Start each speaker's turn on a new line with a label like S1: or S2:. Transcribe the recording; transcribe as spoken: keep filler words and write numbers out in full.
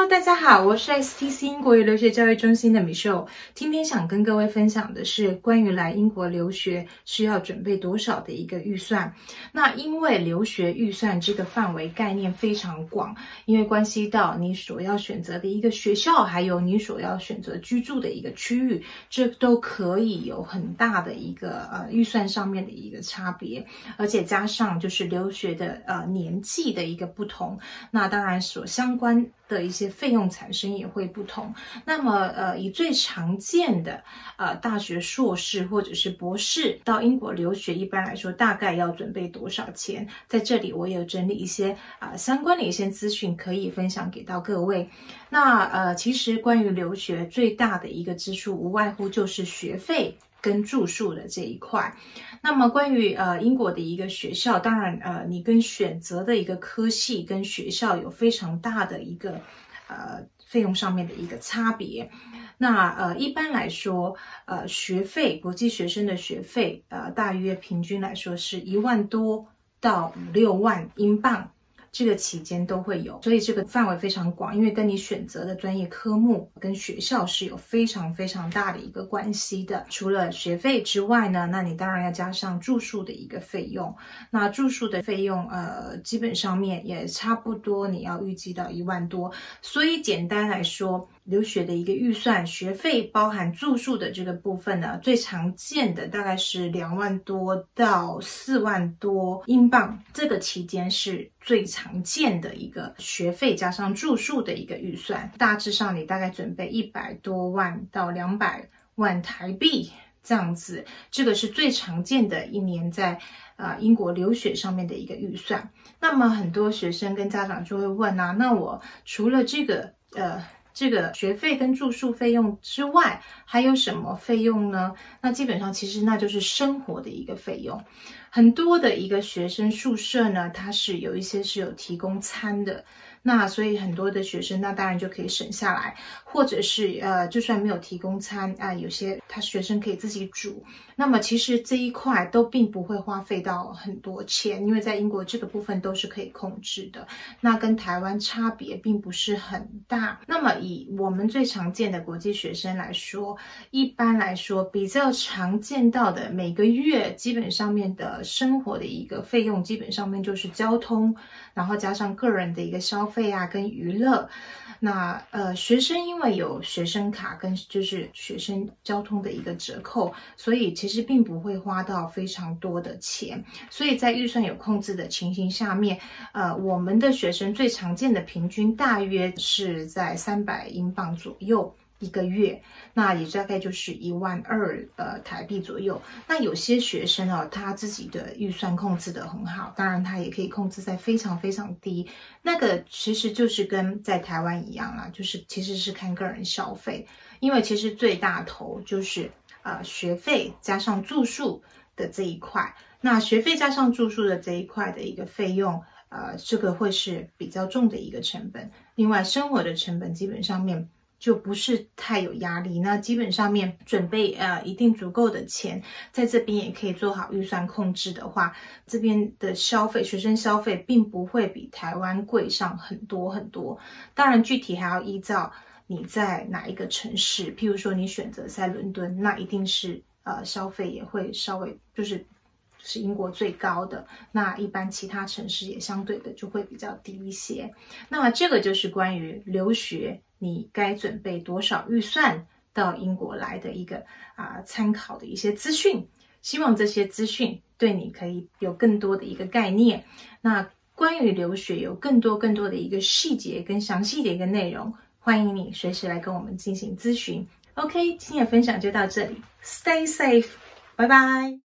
S1: Hello， 大家好，我是 S T C 英国语留学教育中心的 Michelle。今天想跟各位分享的是关于来英国留学需要准备多少的一个预算。那因为留学预算这个范围概念非常广，因为关系到你所要选择的一个学校，还有你所要选择居住的一个区域，这都可以有很大的一个呃预算上面的一个差别，而且加上就是留学的呃年纪的一个不同，那当然所相关的一些费用产生也会不同。那么呃以最常见的呃大学硕士或者是博士到英国留学，一般来说大概要准备多少钱？在这里我也有整理一些啊、呃、相关的一些资讯可以分享给到各位。那呃其实关于留学最大的一个支出无外乎就是学费跟住宿的这一块。那么关于呃英国的一个学校，当然呃你跟选择的一个科系跟学校有非常大的一个呃费用上面的一个差别。那呃一般来说，呃学费国际学生的学费呃大约平均来说是一万多到五六万英镑。这个期间都会有，所以这个范围非常广，因为跟你选择的专业科目跟学校是有非常非常大的一个关系的。除了学费之外呢，那你当然要加上住宿的一个费用。那住宿的费用，呃，基本上面也差不多，你要预计到一万多。所以简单来说，留学的一个预算，学费包含住宿的这个部分呢，最常见的大概是两万多到四万多英镑，这个期间是最常见的一个学费加上住宿的一个预算。大致上你大概准备一百多万到两百万台币这样子，这个是最常见的一年在呃英国留学上面的一个预算。那么很多学生跟家长就会问啊，那我除了这个呃这个学费跟住宿费用之外，还有什么费用呢？那基本上其实那就是生活的一个费用。很多的一个学生宿舍呢，它是有一些是有提供餐的，那所以很多的学生那当然就可以省下来，或者是呃就算没有提供餐啊、呃，有些他学生可以自己煮。那么其实这一块都并不会花费到很多钱，因为在英国这个部分都是可以控制的，那跟台湾差别并不是很大。那么以我们最常见的国际学生来说，一般来说比较常见到的每个月基本上面的生活的一个费用，基本上面就是交通，然后加上个人的一个消费啊跟娱乐。那呃学生因为有学生卡跟就是学生交通的一个折扣，所以其实并不会花到非常多的钱。所以在预算有控制的情形下面，呃我们的学生最常见的平均大约是在三百英镑左右一个月，那也大概就是一万二呃台币左右。那有些学生哦，他自己的预算控制得很好，当然他也可以控制在非常非常低。那个其实就是跟在台湾一样啊，就是其实是看个人消费，因为其实最大头就是呃学费加上住宿的这一块。那学费加上住宿的这一块的一个费用，呃，这个会是比较重的一个成本。另外，生活的成本基本上面就不是太有压力，那基本上面准备呃一定足够的钱，在这边也可以做好预算控制的话，这边的消费学生消费并不会比台湾贵上很多很多。当然具体还要依照你在哪一个城市，譬如说你选择在伦敦，那一定是呃消费也会稍微就是是英国最高的，那一般其他城市也相对的就会比较低一些。那么这个就是关于留学你该准备多少预算到英国来的一个啊、呃、参考的一些资讯，希望这些资讯对你可以有更多的一个概念。那关于留学有更多更多的一个细节跟详细的一个内容，欢迎你随时来跟我们进行咨询。OK， 今天的分享就到这里 ，Stay safe， 拜拜。